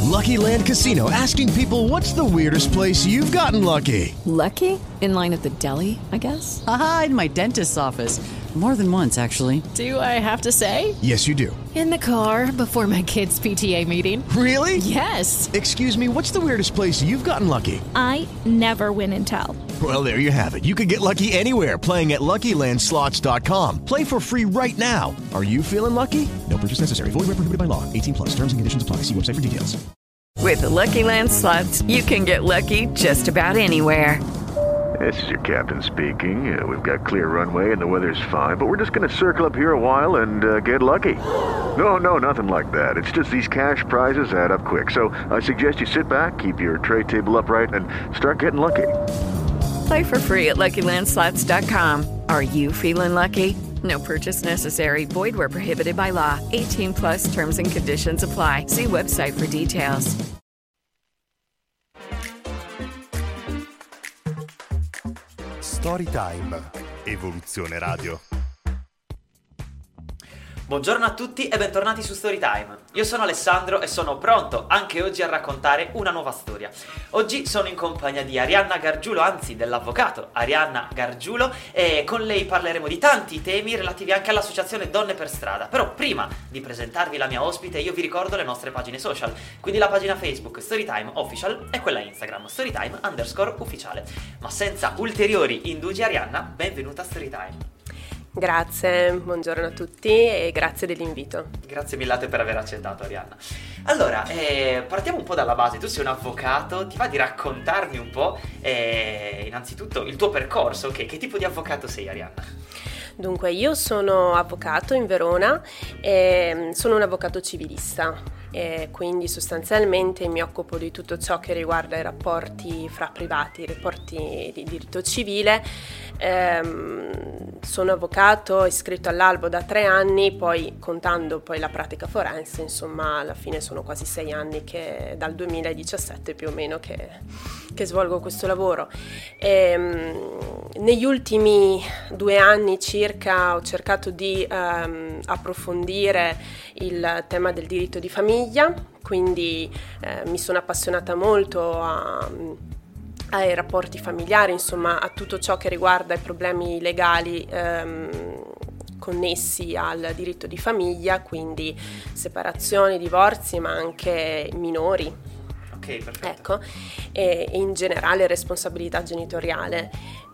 Lucky Land Casino, asking people, what's the weirdest place you've gotten lucky? Lucky? In line at the deli, I guess? Aha, in my dentist's office. More than once, actually. Do I have to say? Yes, you do. In the car before my kids' PTA meeting. Really? Yes. Excuse me, what's the weirdest place you've gotten lucky? I never win and tell. Well, there you have it. You can get lucky anywhere, playing at LuckyLandSlots.com. Play for free right now. Are you feeling lucky? No purchase necessary. Void where prohibited by law. 18 plus. Terms and conditions apply. See website for details. With the Lucky Land Slots, you can get lucky just about anywhere. This is your captain speaking. We've got clear runway and the weather's fine, but we're just going to circle up here a while and get lucky. No, nothing like that. It's just these cash prizes add up quick. So I suggest you sit back, keep your tray table upright, and start getting lucky. Play for free at LuckyLandSlots.com. Are you feeling lucky? No purchase necessary. Void where prohibited by law. 18 plus terms and conditions apply. See website for details. Storytime. Evoluzione Radio. Buongiorno a tutti e bentornati su Storytime. Io sono Alessandro e sono pronto anche oggi a raccontare una nuova storia. Oggi sono in compagnia di Arianna Gargiulo, anzi dell'avvocato Arianna Gargiulo, e con lei parleremo di tanti temi relativi anche all'associazione Donne per Strada. Però prima di presentarvi la mia ospite io vi ricordo le nostre pagine social, quindi la pagina Facebook Storytime Official e quella Instagram Storytime_ufficiale. Ma senza ulteriori indugi, Arianna, benvenuta a Storytime. Grazie, buongiorno a tutti e grazie dell'invito. Grazie mille a te per aver accettato, Arianna. Allora, partiamo un po' dalla base. Tu sei un avvocato, ti va di raccontarmi un po' innanzitutto il tuo percorso? Che tipo di avvocato sei, Arianna? Dunque, io sono avvocato in Verona e sono un avvocato civilista. E quindi sostanzialmente mi occupo di tutto ciò che riguarda i rapporti fra privati, i rapporti di diritto civile. Sono avvocato iscritto all'albo da 3 anni, poi contando poi la pratica forense, insomma alla fine sono quasi 6 anni che dal 2017 più o meno che svolgo questo lavoro. Negli ultimi 2 anni circa ho cercato di approfondire il tema del diritto di famiglia, quindi mi sono appassionata molto ai rapporti familiari, insomma a tutto ciò che riguarda i problemi legali connessi al diritto di famiglia, quindi separazioni, divorzi, ma anche minori. Ok, perfetto. Ecco, e in generale responsabilità genitoriale.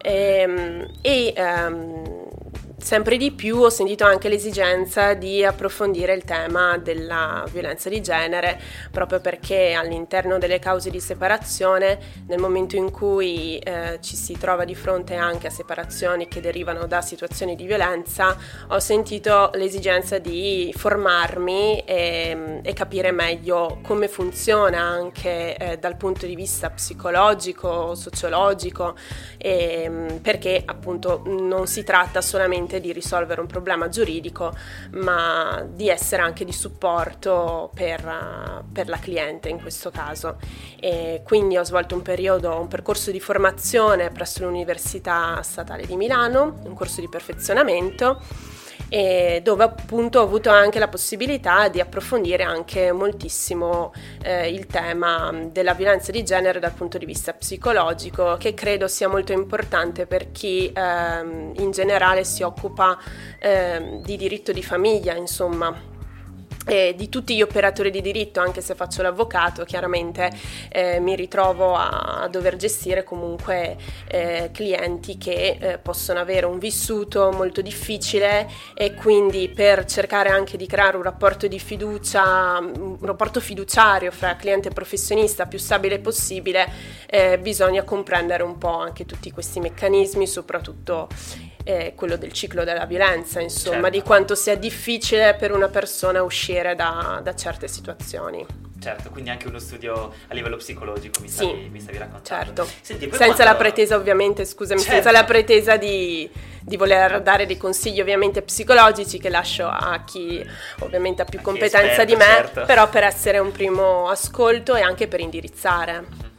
Sempre di più ho sentito anche l'esigenza di approfondire il tema della violenza di genere, proprio perché all'interno delle cause di separazione, nel momento in cui ci si trova di fronte anche a separazioni che derivano da situazioni di violenza, ho sentito l'esigenza di formarmi e capire meglio come funziona anche dal punto di vista psicologico, sociologico, perché appunto non si tratta solamente di risolvere un problema giuridico, ma di essere anche di supporto per la cliente in questo caso. E quindi ho svolto un percorso di formazione presso l'Università Statale di Milano, un corso di perfezionamento, dove appunto ho avuto anche la possibilità di approfondire anche moltissimo il tema della violenza di genere dal punto di vista psicologico, che credo sia molto importante per chi in generale si occupa di diritto di famiglia, insomma. Di tutti gli operatori di diritto, anche se faccio l'avvocato, chiaramente mi ritrovo a dover gestire comunque clienti che possono avere un vissuto molto difficile, e quindi per cercare anche di creare un rapporto di fiducia, un rapporto fiduciario fra cliente e professionista più stabile possibile, bisogna comprendere un po' anche tutti questi meccanismi, soprattutto quello del ciclo della violenza, insomma, certo, di quanto sia difficile per una persona uscire da certe situazioni. Certo, quindi anche uno studio a livello psicologico mi stavi raccontando. Certo. Senti, senza la pretesa ovviamente, scusami, certo, senza la pretesa di voler dare dei consigli ovviamente psicologici, che lascio a chi ovviamente ha più competenza di me, certo, però per essere un primo ascolto e anche per indirizzare.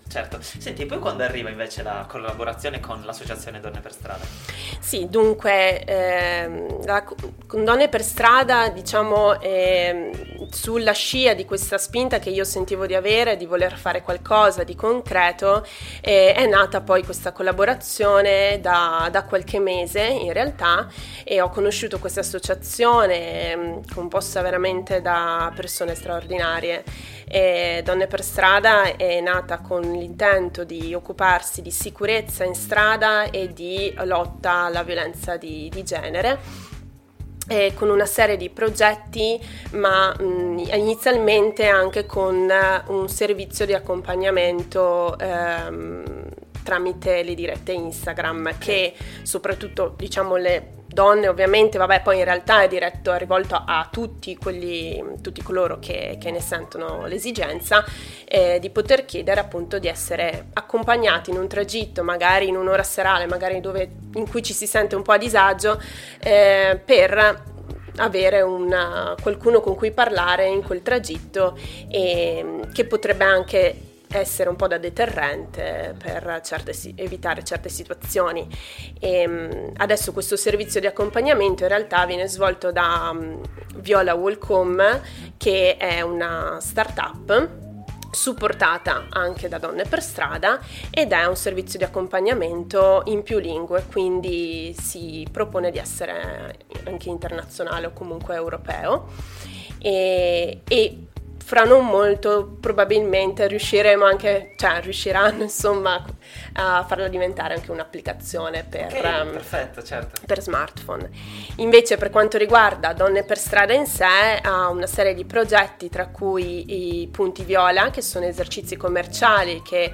Certo. Senti, poi quando arriva invece la collaborazione con l'Associazione Donne per Strada? Sì, dunque, con Donne per Strada, diciamo, sulla scia di questa spinta che io sentivo di avere, di voler fare qualcosa di concreto, è nata poi questa collaborazione da qualche mese in realtà, e ho conosciuto questa associazione composta veramente da persone straordinarie. Donne per Strada è nata con l'intento di occuparsi di sicurezza in strada e di lotta alla violenza di genere, con una serie di progetti, ma inizialmente anche con un servizio di accompagnamento tramite le dirette Instagram, che soprattutto, diciamo, le donne, ovviamente, poi in realtà è rivolto a tutti coloro che ne sentono l'esigenza, di poter chiedere appunto di essere accompagnati in un tragitto, magari in un'ora serale, magari in cui ci si sente un po' a disagio, per avere qualcuno con cui parlare in quel tragitto, e che potrebbe anche essere un po' da deterrente per evitare certe situazioni. E adesso questo servizio di accompagnamento in realtà viene svolto da Viola Welcome, che è una startup supportata anche da Donne per Strada, ed è un servizio di accompagnamento in più lingue, quindi si propone di essere anche internazionale o comunque europeo, e fra non molto probabilmente riusciranno insomma a farla diventare anche un'applicazione perfetto, certo, per smartphone. Invece, per quanto riguarda Donne per Strada in sé, ha una serie di progetti, tra cui i punti viola, che sono esercizi commerciali che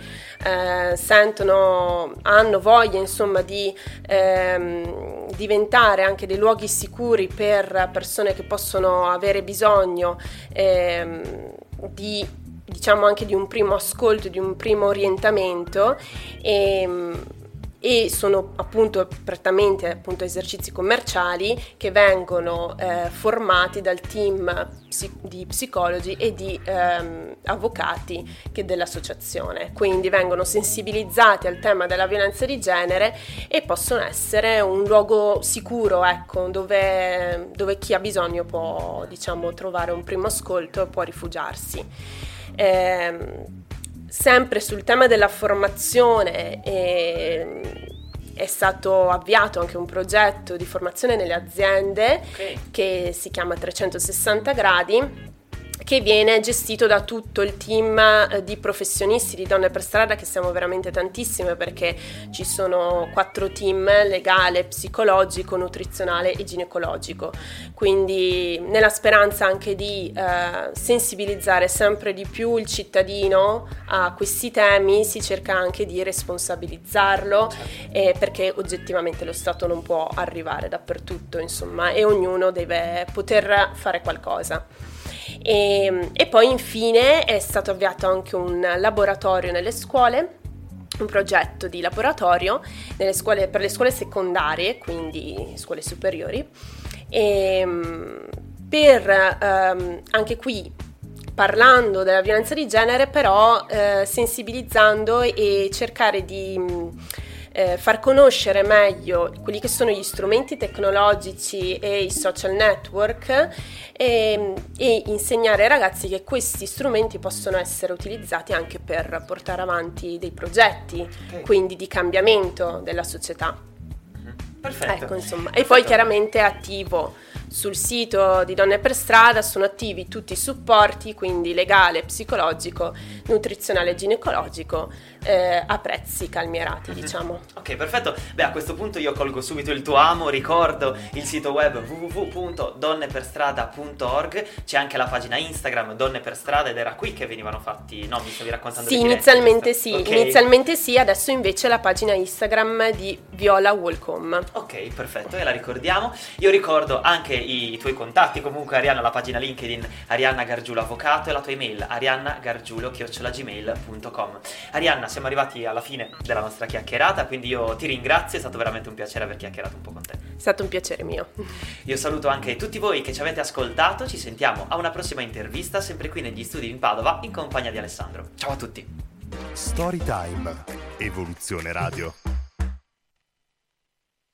hanno voglia insomma di diventare anche dei luoghi sicuri per persone che possono avere bisogno diciamo anche di un primo ascolto, di un primo orientamento, e sono appunto prettamente esercizi commerciali che vengono formati dal team di psicologi e di avvocati dell'associazione, quindi vengono sensibilizzati al tema della violenza di genere e possono essere un luogo sicuro, ecco, dove chi ha bisogno può, diciamo, trovare un primo ascolto e può rifugiarsi. Sempre sul tema della formazione è stato avviato anche un progetto di formazione nelle aziende, che si chiama 360 gradi, che viene gestito da tutto il team di professionisti di Donne per Strada, che siamo veramente tantissime, perché ci sono 4 team: legale, psicologico, nutrizionale e ginecologico. Quindi, nella speranza anche di sensibilizzare sempre di più il cittadino a questi temi, si cerca anche di responsabilizzarlo, perché oggettivamente lo Stato non può arrivare dappertutto, insomma, e ognuno deve poter fare qualcosa. E poi infine è stato avviato anche un laboratorio nelle scuole, un progetto di laboratorio per le scuole secondarie, quindi scuole superiori, anche qui parlando della violenza di genere, però sensibilizzando e cercare di far conoscere meglio quelli che sono gli strumenti tecnologici e i social network, e insegnare ai ragazzi che questi strumenti possono essere utilizzati anche per portare avanti dei progetti, quindi di cambiamento della società. Perfetto. Ecco, insomma. E poi chiaramente è attivo sul sito di Donne per Strada, sono attivi tutti i supporti, quindi legale, psicologico, nutrizionale e ginecologico, a prezzi calmierati, diciamo. Ok, perfetto. Beh, a questo punto io colgo subito il tuo amo, ricordo il sito web www.donneperstrada.org, c'è anche la pagina Instagram Donne per Strada, ed era qui che venivano fatti, no, mi stavi raccontando? Sì, inizialmente sì, adesso invece la pagina Instagram di Viola Welcome. Ok, perfetto, e la ricordiamo. Io ricordo anche i tuoi contatti, comunque Arianna, la pagina LinkedIn Arianna Gargiulo Avvocato, e la tua email ariannagargiulo@gmail.com. Arianna, siamo arrivati alla fine della nostra chiacchierata, quindi io ti ringrazio, è stato veramente un piacere aver chiacchierato un po' con te. È stato un piacere mio. Io saluto anche tutti voi che ci avete ascoltato, ci sentiamo a una prossima intervista, sempre qui negli studi in Padova, in compagnia di Alessandro. Ciao a tutti! Storytime. Evoluzione Radio.